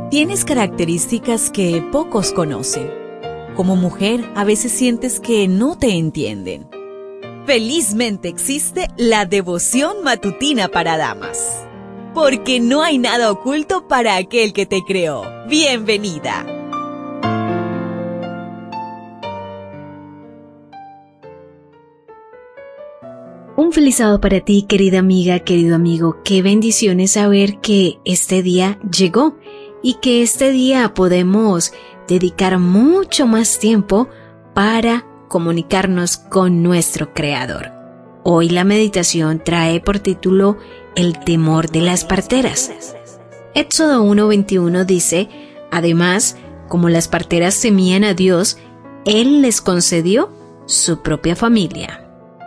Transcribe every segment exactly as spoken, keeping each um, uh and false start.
Tienes características que pocos conocen. Como mujer, a veces sientes que no te entienden. Felizmente existe la devoción matutina para damas. Porque no hay nada oculto para aquel que te creó. ¡Bienvenida! Un feliz sábado para ti, querida amiga, querido amigo. Qué bendición es saber que este día llegó y que este día podemos dedicar mucho más tiempo para comunicarnos con nuestro Creador. Hoy la meditación trae por título El temor de las parteras. Éxodo uno veintiuno dice: además, como las parteras temían a Dios, Él les concedió su propia familia.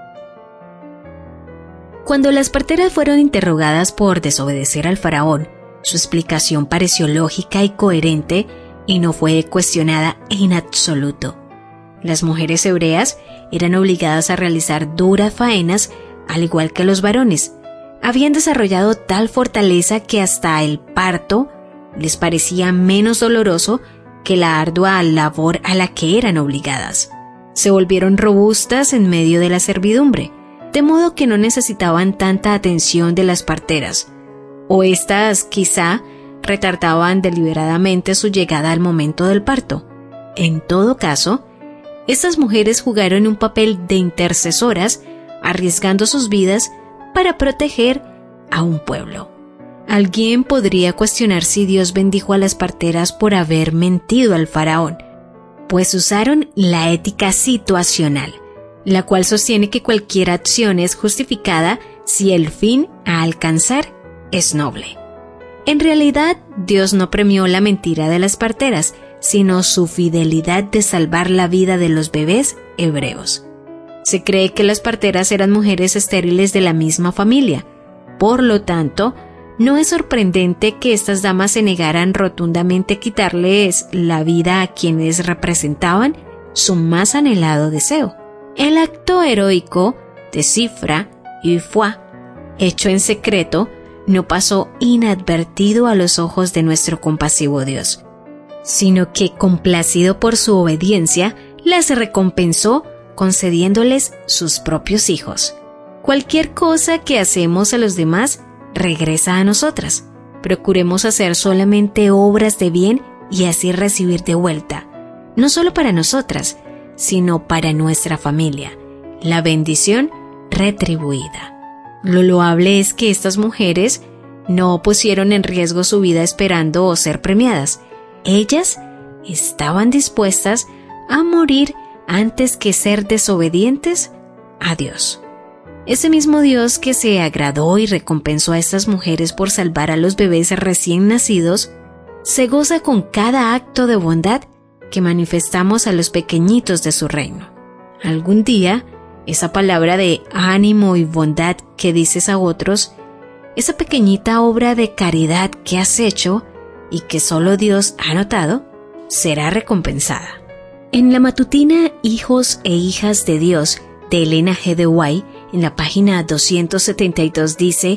Cuando las parteras fueron interrogadas por desobedecer al faraón, su explicación pareció lógica y coherente y no fue cuestionada en absoluto. Las mujeres hebreas eran obligadas a realizar duras faenas, al igual que los varones. Habían desarrollado tal fortaleza que hasta el parto les parecía menos doloroso que la ardua labor a la que eran obligadas. Se volvieron robustas en medio de la servidumbre, de modo que no necesitaban tanta atención de las parteras, o éstas quizá retardaban deliberadamente su llegada al momento del parto. En todo caso, estas mujeres jugaron un papel de intercesoras, arriesgando sus vidas para proteger a un pueblo. Alguien podría cuestionar si Dios bendijo a las parteras por haber mentido al faraón, pues usaron la ética situacional, la cual sostiene que cualquier acción es justificada si el fin a alcanzar es noble. En realidad, Dios no premió la mentira de las parteras, sino su fidelidad de salvar la vida de los bebés hebreos. Se cree que las parteras eran mujeres estériles de la misma familia. Por lo tanto, no es sorprendente que estas damas se negaran rotundamente a quitarles la vida a quienes representaban su más anhelado deseo. El acto heroico de Sifra y Fuá, hecho en secreto, no pasó inadvertido a los ojos de nuestro compasivo Dios, sino que, complacido por su obediencia, las recompensó concediéndoles sus propios hijos. Cualquier cosa que hacemos a los demás regresa a nosotras. Procuremos hacer solamente obras de bien y así recibir de vuelta, no solo para nosotras, sino para nuestra familia, la bendición retribuida. Lo loable es que estas mujeres no pusieron en riesgo su vida esperando ser premiadas. Ellas estaban dispuestas a morir antes que ser desobedientes a Dios. Ese mismo Dios que se agradó y recompensó a estas mujeres por salvar a los bebés recién nacidos, se goza con cada acto de bondad que manifestamos a los pequeñitos de su reino. Algún día, esa palabra de ánimo y bondad que dices a otros, esa pequeñita obra de caridad que has hecho y que solo Dios ha notado, será recompensada. En la matutina Hijos e Hijas de Dios de Elena G. de White, en la página doscientos setenta y dos dice: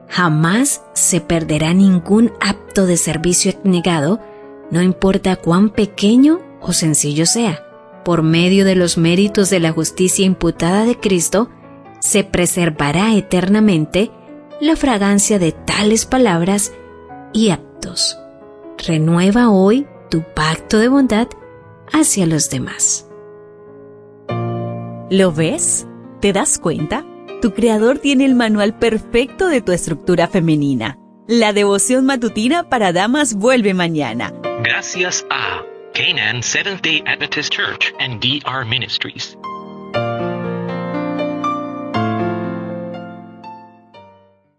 jamás se perderá ningún acto de servicio abnegado, no importa cuán pequeño o sencillo sea. Por medio de los méritos de la justicia imputada de Cristo, se preservará eternamente la fragancia de tales palabras y actos. Renueva hoy tu pacto de bondad hacia los demás. ¿Lo ves? ¿Te das cuenta? Tu Creador tiene el manual perfecto de tu estructura femenina. La devoción matutina para damas vuelve mañana. Gracias a Canaan Seventh-day Adventist Church and D R Ministries.